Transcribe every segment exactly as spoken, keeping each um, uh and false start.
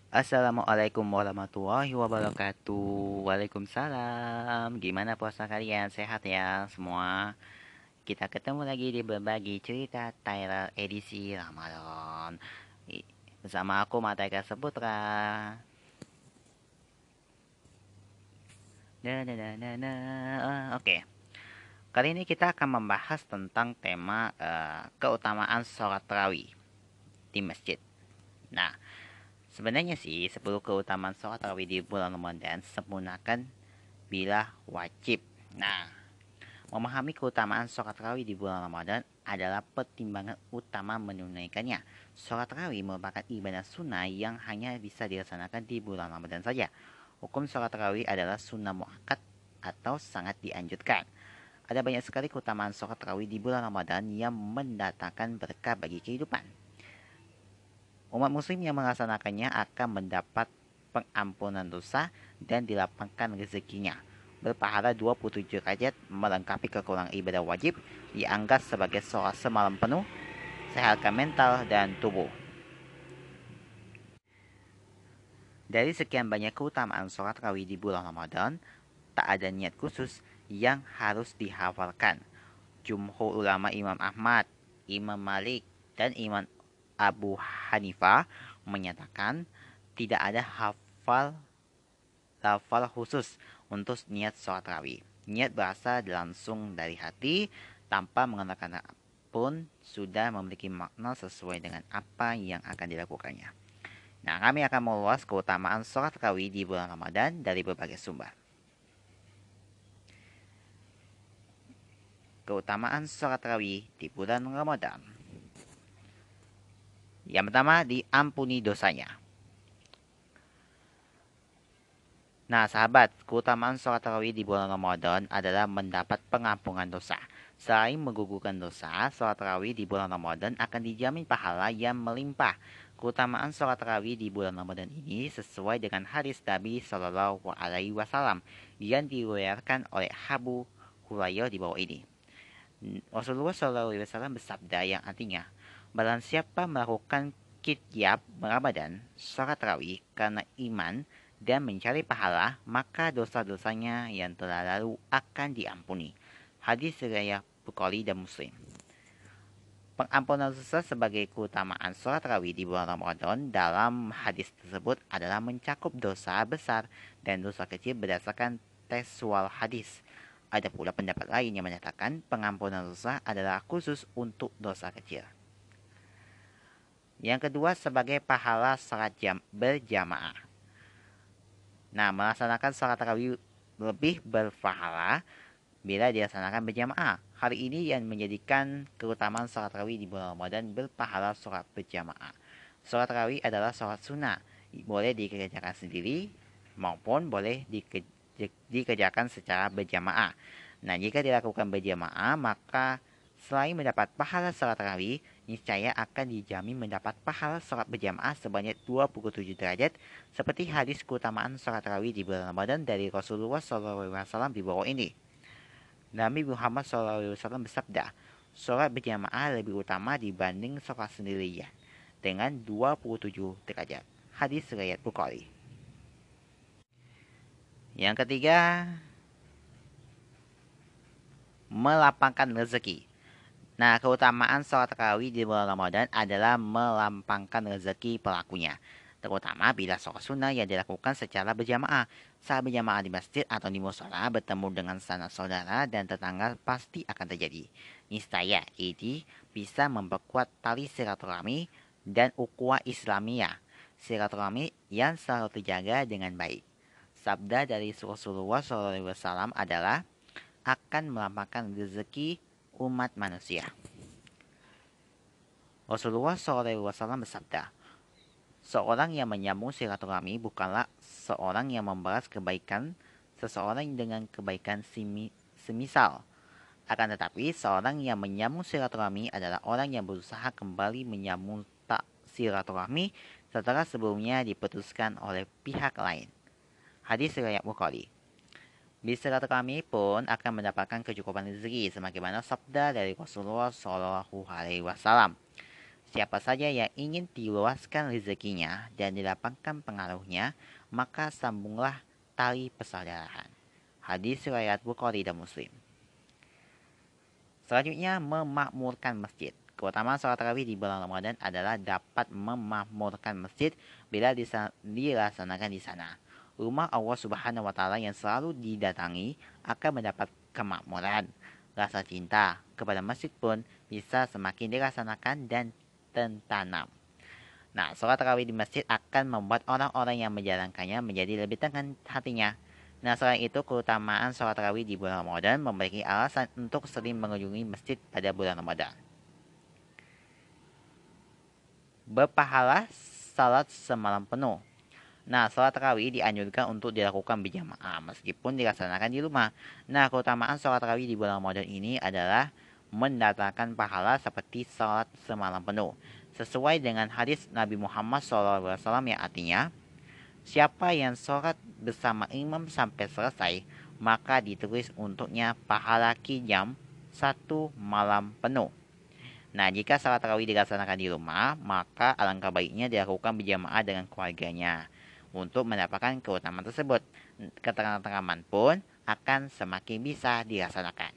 Assalamualaikum warahmatullahi wabarakatuh. Waalaikumsalam. Gimana puasa kalian? Sehat ya semua? Kita ketemu lagi di berbagi cerita Tyler edisi Ramadan. I- Bersama aku Mataika Saputra. Na, na, na, na, na. Eh, Oke, kali ini kita akan membahas tentang tema eh, keutamaan sholat tarawih di masjid. Nah, sebenarnya sih sepuluh keutamaan sholat tarawih di bulan Ramadan sempurnakan bila wajib. Nah, memahami keutamaan sholat tarawih di bulan Ramadan adalah pertimbangan utama menunaikannya. Sholat tarawih merupakan ibadah sunnah yang hanya bisa dilaksanakan di bulan Ramadan saja. Hukum sholat tarawih adalah sunnah muakkad atau sangat dianjurkan. Ada banyak sekali keutamaan sholat tarawih di bulan Ramadan yang mendatangkan berkah bagi kehidupan. Umat muslim yang melaksanakannya akan mendapat pengampunan dosa dan dilapangkan rezekinya. Berpahala dua puluh tujuh derajat melengkapi kekurangan ibadah wajib, dianggap sebagai sholat semalam penuh, sehatkan mental dan tubuh. Dari sekian banyak keutamaan sholat tarawih di bulan Ramadan, tak ada niat khusus yang harus dihafalkan. Jumhur ulama Imam Ahmad, Imam Malik, dan Imam Abu Hanifah menyatakan tidak ada hafal lafal khusus untuk niat sholat tarawih. Niat berasal langsung dari hati tanpa mengenakan pun sudah memiliki makna sesuai dengan apa yang akan dilakukannya. Nah, kami akan mengulas keutamaan sholat tarawih di bulan Ramadan dari berbagai sumber. Keutamaan sholat tarawih di bulan Ramadan. Yang pertama, diampuni dosanya. Nah, sahabat, keutamaan sholat tarawih di bulan Ramadan adalah mendapat pengampunan dosa. Selain menggugurkan dosa, sholat tarawih di bulan Ramadan akan dijamin pahala yang melimpah. Keutamaan sholat tarawih di bulan Ramadan ini sesuai dengan hadis Nabi Shallallahu Alaihi Wasallam yang diriwayatkan oleh Abu Hurairah di bawah ini. Rasulullah Shallallahu Alaihi Wasallam bersabda yang artinya, barang siapa melakukan kityab Ramadan, sholat tarawih karena iman dan mencari pahala, maka dosa-dosanya yang telah lalu akan diampuni. Hadis riwayat Bukhari dan Muslim. Pengampunan dosa sebagai keutamaan sholat tarawih di bulan Ramadan dalam hadis tersebut adalah mencakup dosa besar dan dosa kecil berdasarkan tekstual hadis. Ada pula pendapat lain yang menyatakan pengampunan dosa adalah khusus untuk dosa kecil. Yang kedua, sebagai pahala salat jam berjamaah. Nah, melaksanakan salat tarawih lebih berpahala bila dilaksanakan berjamaah. Hal ini yang menjadikan keutamaan salat tarawih di bulan Ramadan berpahala salat berjamaah. Salat tarawih adalah salat sunnah, boleh dikerjakan sendiri maupun boleh dike- dikerjakan secara berjamaah. Nah, jika dilakukan berjamaah, maka selain mendapat pahala salat tarawih, niscaya akan dijamin mendapat pahala salat berjamaah sebanyak dua puluh tujuh derajat, seperti hadis keutamaan salat tarawih di bulan Ramadan dari Rasulullah shallallahu alaihi wasallam di bawah ini. Nabi Muhammad shallallahu alaihi wasallam bersabda, sholat berjamaah lebih utama dibanding sholat sendirian dengan dua puluh tujuh derajat. Hadis riwayat Bukhari. Yang ketiga, melapangkan rezeki. Nah, keutamaan sholat tarawih di bulan Ramadan adalah melampangkan rezeki pelakunya, terutama bila sholat sunnah yang dilakukan secara berjamaah. Saat berjamaah di masjid atau di musola, bertemu dengan sanak saudara dan tetangga pasti akan terjadi. Niscaya ini bisa memperkuat tali silaturahmi dan ukhuwah Islamiyah, silaturahmi yang selalu terjaga dengan baik. Sabda dari Rasulullah shallallahu alaihi wasallam adalah akan melampangkan rezeki umat manusia. Rasulullah shallallahu alaihi wasallam bersabda, seorang yang menyambung silaturahmi bukanlah seorang yang membalas kebaikan seseorang dengan kebaikan simi, semisal. Akan tetapi, seorang yang menyambung silaturahmi adalah orang yang berusaha kembali menyambung tak silaturahmi setelah sebelumnya diputuskan oleh pihak lain. Hadis riwayat Bukhari. Bersilaturahmi pun akan mendapatkan kecukupan rezeki sebagaimana sabda dari Rasulullah shallallahu alaihi wasallam. Siapa saja yang ingin diluaskan rezekinya dan dilapangkan pengaruhnya, maka sambunglah tali persaudaraan. Hadis riwayat Bukhari dan Muslim. Selanjutnya, memakmurkan masjid. Keutamaan sholat tarawih di bulan Ramadan adalah dapat memakmurkan masjid bila dilaksanakan di sana. Rumah Allah Subhanahu wa Ta'ala yang selalu didatangi akan mendapat kemakmuran. Rasa cinta kepada masjid pun bisa semakin dilaksanakan dan tertanam. Nah, sholat tarawih di masjid akan membuat orang-orang yang menjalankannya menjadi lebih tenang hatinya. Nah, selain itu, keutamaan sholat tarawih di bulan Ramadan memiliki alasan untuk sering mengunjungi masjid pada bulan Ramadan. Berpahala salat semalam penuh. Nah, sholat tarawih dianjurkan untuk dilakukan berjamaah meskipun dilaksanakan di rumah. Nah, keutamaan sholat tarawih di bulan Ramadan ini adalah mendatangkan pahala seperti sholat semalam penuh. Sesuai dengan hadis Nabi Muhammad shallallahu alaihi wasallam yang artinya, siapa yang sholat bersama imam sampai selesai, maka ditulis untuknya pahala qiyam satu malam penuh. Nah, jika sholat tarawih dilaksanakan di rumah, maka alangkah baiknya dilakukan berjamaah dengan keluarganya. Untuk mendapatkan keutamaan tersebut, ketenangan pun akan semakin bisa dilaksanakan.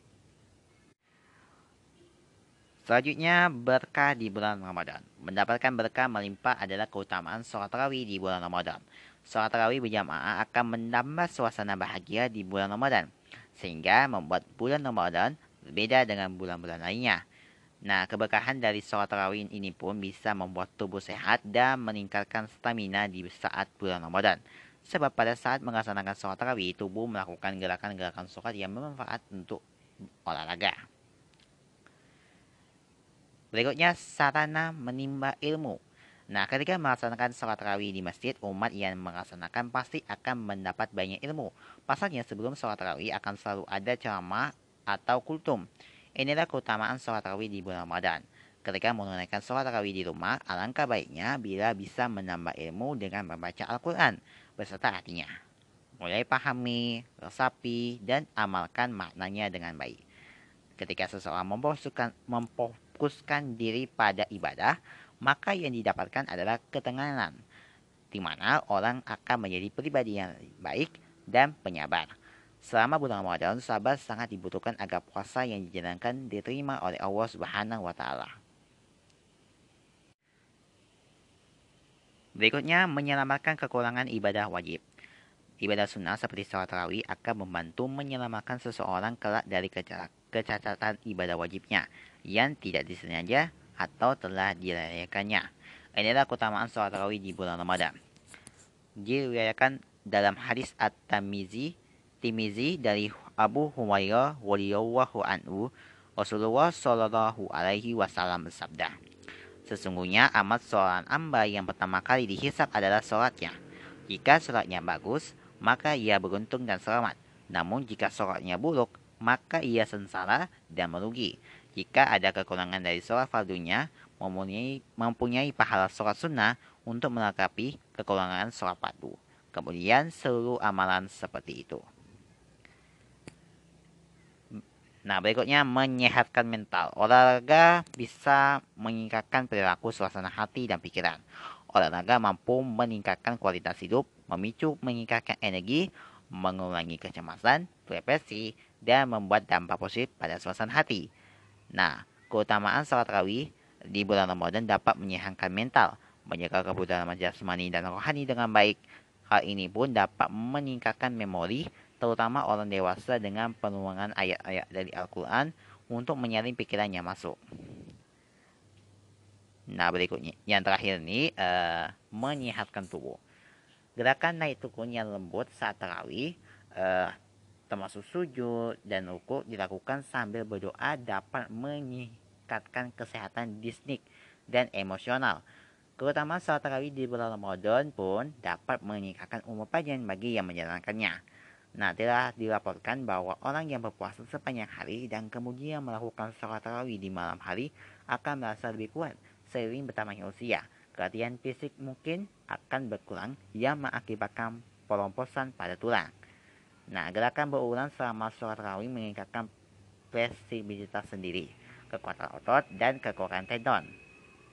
Selanjutnya, berkah di bulan Ramadan. Mendapatkan berkah melimpah adalah keutamaan sholat tarawih di bulan Ramadan. Sholat tarawih berjamaah akan menambah suasana bahagia di bulan Ramadan, sehingga membuat bulan Ramadan berbeda dengan bulan-bulan lainnya. Nah, keberkahan dari sholat tarawih ini pun bisa membuat tubuh sehat dan meningkatkan stamina di saat bulan Ramadan. Sebab pada saat melaksanakan sholat tarawih, tubuh melakukan gerakan-gerakan sholat yang bermanfaat untuk olahraga. Berikutnya, sarana menimba ilmu. Nah, ketika melaksanakan sholat tarawih di masjid, umat yang melaksanakan pasti akan mendapat banyak ilmu. Pasalnya, sebelum sholat tarawih akan selalu ada ceramah atau kultum. Inilah keutamaan sholat tarawih di bulan Ramadan. Ketika menunaikan sholat tarawih di rumah, alangkah baiknya bila bisa menambah ilmu dengan membaca Al-Quran beserta artinya. Mulai pahami, resapi, dan amalkan maknanya dengan baik. Ketika seseorang memfokuskan, memfokuskan diri pada ibadah, maka yang didapatkan adalah ketenangan, di mana orang akan menjadi pribadi yang baik dan penyabar. Selama bulan Ramadan, sabar sangat dibutuhkan agar puasa yang dijalankan diterima oleh Allah Subhanahu wa Ta'ala. Berikutnya, menyelamatkan kekurangan ibadah wajib. Ibadah sunnah seperti sholat tarawih akan membantu menyelamatkan seseorang kelak dari kecacatan ibadah wajibnya yang tidak disengaja atau telah dilalaikannya. Inilah keutamaan sholat tarawih di bulan Ramadan. Diriwayatkan dalam hadis At-Tirmizi Tirmizi dari Abu Hurairah radhiyallahu anhu, Rasulullah shallallahu alaihi wasallam bersabda, sesungguhnya amat seorang hamba yang pertama kali dihisab adalah sholatnya. Jika sholatnya bagus, maka ia beruntung dan selamat. Namun jika sholatnya buruk, maka ia sengsara dan merugi. Jika ada kekurangan dari sholat fardunya, mempunyai, mempunyai pahala sholat sunnah untuk melengkapi kekurangan sholat fardu. Kemudian seluruh amalan seperti itu. Nah, berikutnya menyehatkan mental. Olahraga bisa meningkatkan perilaku, suasana hati, dan pikiran. Olahraga mampu meningkatkan kualitas hidup, memicu meningkatkan energi, mengurangi kecemasan, depresi, dan membuat dampak positif pada suasana hati. Nah, keutamaan sholat tarawih di bulan Ramadan dapat menyehatkan mental, menjaga kebutuhan jasmani dan rohani dengan baik. Hal ini pun dapat meningkatkan memori, terutama orang dewasa dengan penurunan ayat-ayat dari Al-Quran untuk menyaring pikirannya masuk. Nah, berikutnya, yang terakhir ini, uh, menyehatkan tubuh. Gerakan naik turun yang lembut saat tarawih, uh, termasuk sujud dan rukuk, dilakukan sambil berdoa dapat meningkatkan kesehatan disnik dan emosional. Keutamaan salat tarawih di bulan Ramadan pun dapat meningkatkan umur panjang bagi yang menjalankannya. Nah, telah dilaporkan bahwa orang yang berpuasa sepanjang hari dan kemudian melakukan salat tarawih di malam hari akan merasa lebih kuat seiring bertambahnya usia. Latihan fisik mungkin akan berkurang yang mengakibatkan peromposan pada tulang. Nah, gerakan berulang selama sholat tarawih meningkatkan fleksibilitas sendiri, kekuatan otot, dan kekuatan tendon.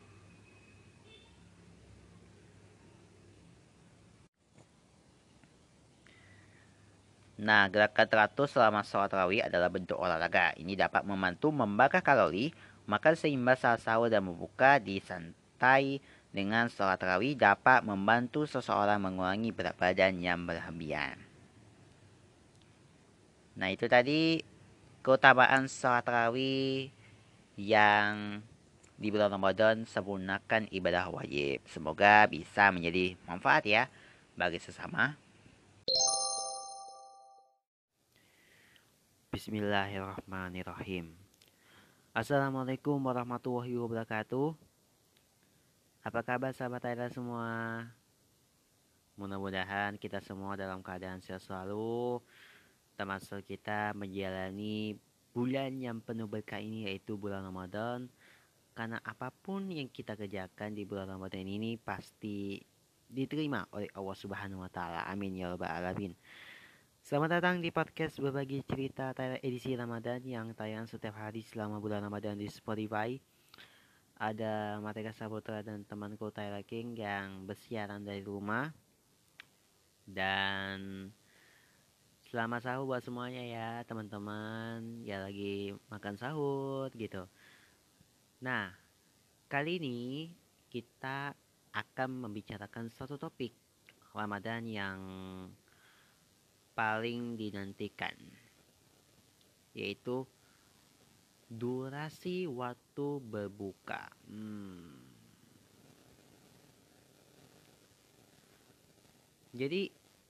Nah, gerakan teratur selama sholat tarawih adalah bentuk olahraga. Ini dapat membantu membakar kalori, makan seimbang saat sahur dan berbuka di santai dengan sholat tarawih dapat membantu seseorang mengurangi berat badan yang berlebihan. Nah, itu tadi keutamaan sholat tarawih yang di bulan Ramadan sempurnakan ibadah wajib. Semoga bisa menjadi manfaat ya bagi sesama. Bismillahirrahmanirrahim. Assalamualaikum warahmatullahi wabarakatuh. Apa kabar sahabat Tyler semua? Mudah-mudahan kita semua dalam keadaan sehat selalu, termasuk kita menjalani bulan yang penuh berkah ini, yaitu bulan Ramadan. Karena apapun yang kita kerjakan di bulan Ramadan ini pasti diterima oleh Allah Subhanahu wa taala. Amin ya rabbal alamin. Selamat datang di podcast berbagi cerita Tyler edisi Ramadan yang tayang setiap hari selama bulan Ramadan di Spotify. Ada Mateka Saputra dan temanku Tyler King yang bersiaran dari rumah. Dan selamat sahur buat semuanya ya teman-teman ya lagi makan sahur gitu. Nah, kali ini kita akan membicarakan satu topik Ramadan yang paling dinantikan, yaitu durasi waktu berbuka. Hmm. Jadi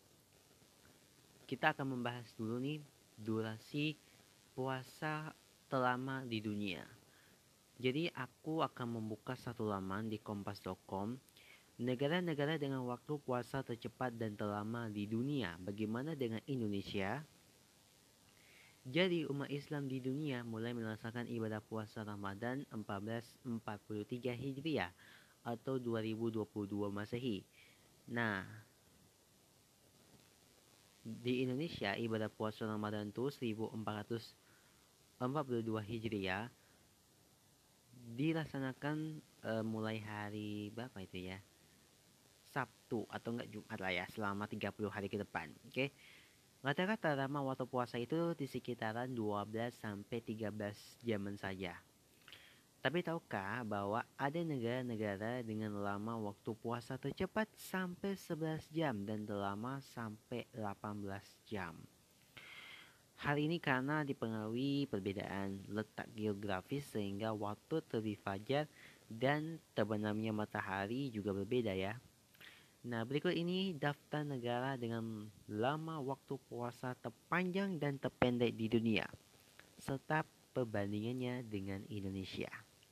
kita akan membahas dulu nih durasi puasa terlama di dunia. Jadi aku akan membuka satu laman di kompas dot com, negara-negara dengan waktu puasa tercepat dan terlama di dunia. Bagaimana dengan Indonesia? Jadi umat Islam di dunia mulai melaksanakan ibadah puasa Ramadan seribu empat ratus empat puluh tiga Hijriah atau dua ribu dua puluh dua Masehi. Nah, di Indonesia ibadah puasa Ramadan itu seribu empat ratus empat puluh dua Hijriah dilaksanakan e, mulai hari berapa itu ya? Sabtu atau enggak Jumat lah ya, selama tiga puluh hari ke depan. Oke. Rata-rata lama waktu puasa itu di sekitaran dua belas sampai tiga belas jaman saja. Tapi tahukah bahwa ada negara-negara dengan lama waktu puasa tercepat sampai sebelas jam dan terlama sampai delapan belas jam. Hal ini karena dipengaruhi perbedaan letak geografis sehingga waktu terbit fajar dan terbenamnya matahari juga berbeda ya. Nah, berikut ini daftar negara dengan lama waktu puasa terpanjang dan terpendek di dunia serta perbandingannya dengan Indonesia.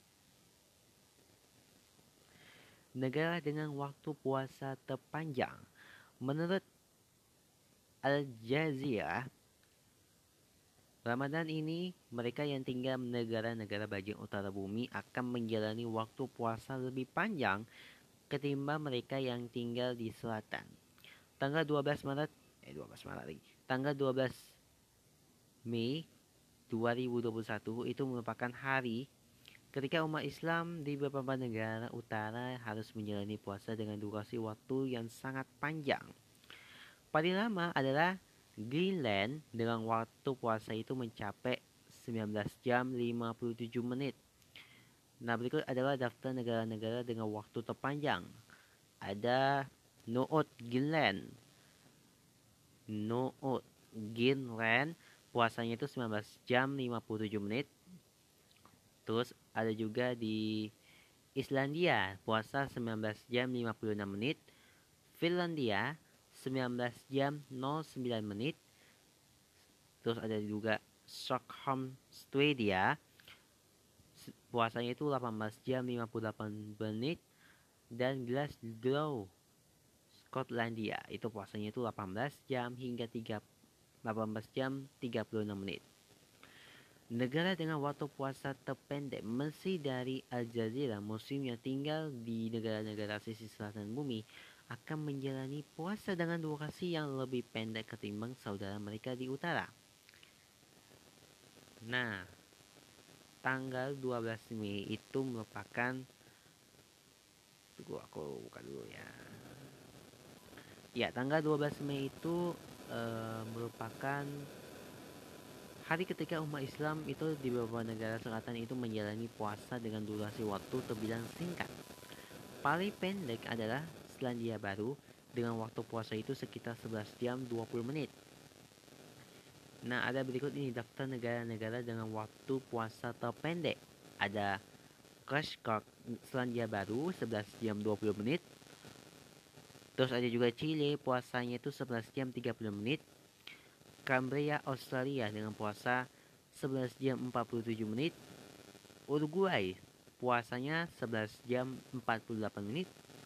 Negara dengan waktu puasa terpanjang menurut Al Jazeera, Ramadan ini, mereka yang tinggal di negara-negara bagian utara bumi akan menjalani waktu puasa lebih panjang ketimbang mereka yang tinggal di selatan. Tanggal dua belas Maret, eh dua belas Maret lagi. Tanggal dua belas Mei dua ribu dua puluh satu itu merupakan hari ketika umat Islam di beberapa negara utara harus menjalani puasa dengan durasi waktu yang sangat panjang. Paling lama adalah Greenland dengan waktu puasa itu mencapai sembilan belas jam lima puluh tujuh menit. Nah, berikut adalah daftar negara-negara dengan waktu terpanjang. Ada Noot Greenland. Noot Greenland puasanya itu sembilan belas jam lima puluh tujuh menit. Terus ada juga di Islandia puasa sembilan belas jam lima puluh enam menit. Finlandia sembilan belas jam nol sembilan menit. Terus ada juga Stockholm, Swedia. Puasanya itu delapan belas jam lima puluh delapan menit. Dan Glasgow, Skotlandia. Itu puasanya itu delapan belas jam hingga delapan belas jam tiga puluh enam menit. Negara dengan waktu puasa terpendek masih dari Al Jazeera, muslim yang tinggal di negara-negara sisi selatan bumi akan menjalani puasa dengan durasi yang lebih pendek ketimbang saudara mereka di utara. Nah, tanggal dua belas Mei itu merupakan, tunggu aku buka dulu ya. Ya, tanggal dua belas Mei itu uh, merupakan hari ketika umat Islam itu di beberapa negara selatan itu menjalani puasa dengan durasi waktu terbilang singkat. Paling pendek adalah Selandia Baru dengan waktu puasa itu sekitar sebelas jam dua puluh menit. Nah, ada berikut ini daftar negara-negara dengan waktu puasa terpendek. Ada Krashkak Selandia Baru sebelas jam dua puluh menit. Terus ada juga Chile, puasanya itu sebelas jam tiga puluh menit. Cambria Australia dengan puasa sebelas jam empat puluh tujuh menit. Uruguay puasanya sebelas jam empat puluh delapan menit.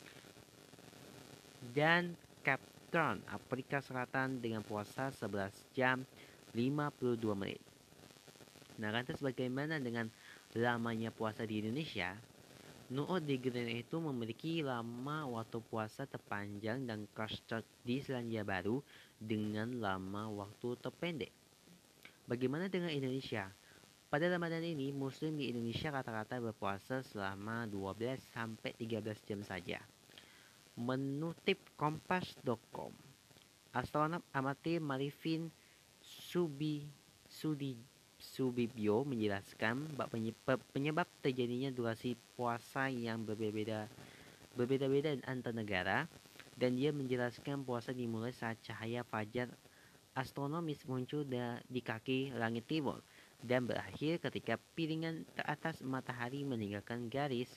Dan Cape Town Afrika Selatan dengan puasa sebelas jam lima puluh dua menit. Nah, lantas bagaimana dengan lamanya puasa di Indonesia? Nuo Degeren itu memiliki lama waktu puasa terpanjang dan Christchurch di Selandia Baru dengan lama waktu terpendek. Bagaimana dengan Indonesia? Pada Ramadan ini, Muslim di Indonesia rata-rata berpuasa selama dua belas sampai tiga belas jam saja. Menutip kompas titik com, astronom amatir Marifin Subi Sudi Subibyo menjelaskan penyebab, penyebab terjadinya durasi puasa yang berbeda-beda berbeda-beda antar negara, dan dia menjelaskan puasa dimulai saat cahaya fajar astronomis muncul di kaki langit timur dan berakhir ketika piringan teratas matahari meninggalkan garis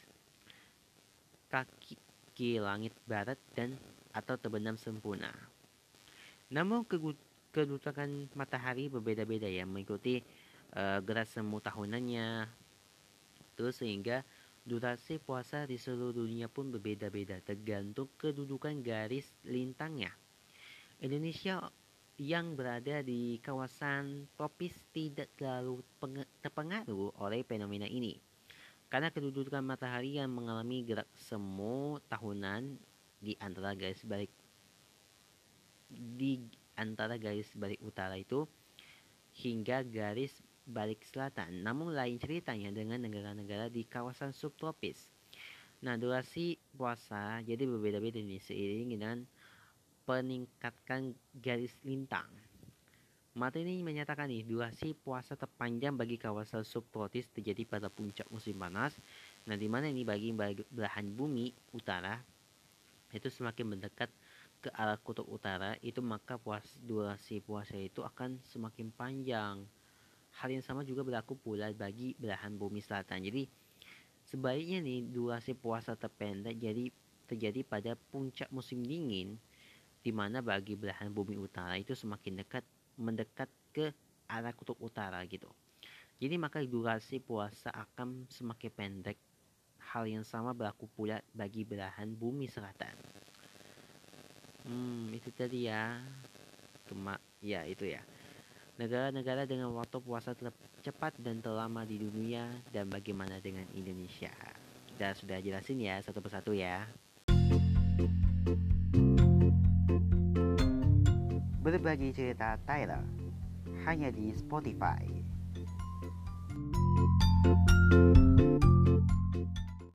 kaki langit barat dan atau terbenam sempurna. Namun kedudukan matahari berbeda-beda ya, mengikuti uh, gerak semu tahunannya. Terus sehingga durasi puasa di seluruh dunia pun berbeda-beda tergantung kedudukan garis lintangnya. Indonesia yang berada di kawasan tropis tidak terlalu terpengaruh oleh fenomena ini, karena kedudukan matahari yang mengalami gerak semu tahunan di antara garis balik di antara garis balik utara itu hingga garis balik selatan. Namun lain ceritanya dengan negara-negara di kawasan subtropis. Nah, durasi puasa jadi berbeda-beda nih seiring dengan peningkatkan garis lintang. Materi ini menyatakan nih, durasi puasa terpanjang bagi kawasan subtropis terjadi pada puncak musim panas. Nah, di mana ini bagi belahan bumi utara itu semakin mendekat ke arah kutub utara, itu maka puas, durasi puasa itu akan semakin panjang. Hal yang sama juga berlaku pula bagi belahan bumi selatan. Jadi sebaliknya nih, durasi puasa terpendek jadi terjadi pada puncak musim dingin, di mana bagi belahan bumi utara itu semakin dekat mendekat ke arah kutub utara gitu. Jadi maka durasi puasa akan semakin pendek. Hal yang sama berlaku pula bagi belahan bumi selatan. Hmm, itu tadi ya. Kema ya itu ya. Negara-negara dengan waktu puasa tercepat dan terlama di dunia, dan bagaimana dengan Indonesia. Kita sudah jelasin ya satu persatu ya. Berbagi cerita Tyler hanya di Spotify.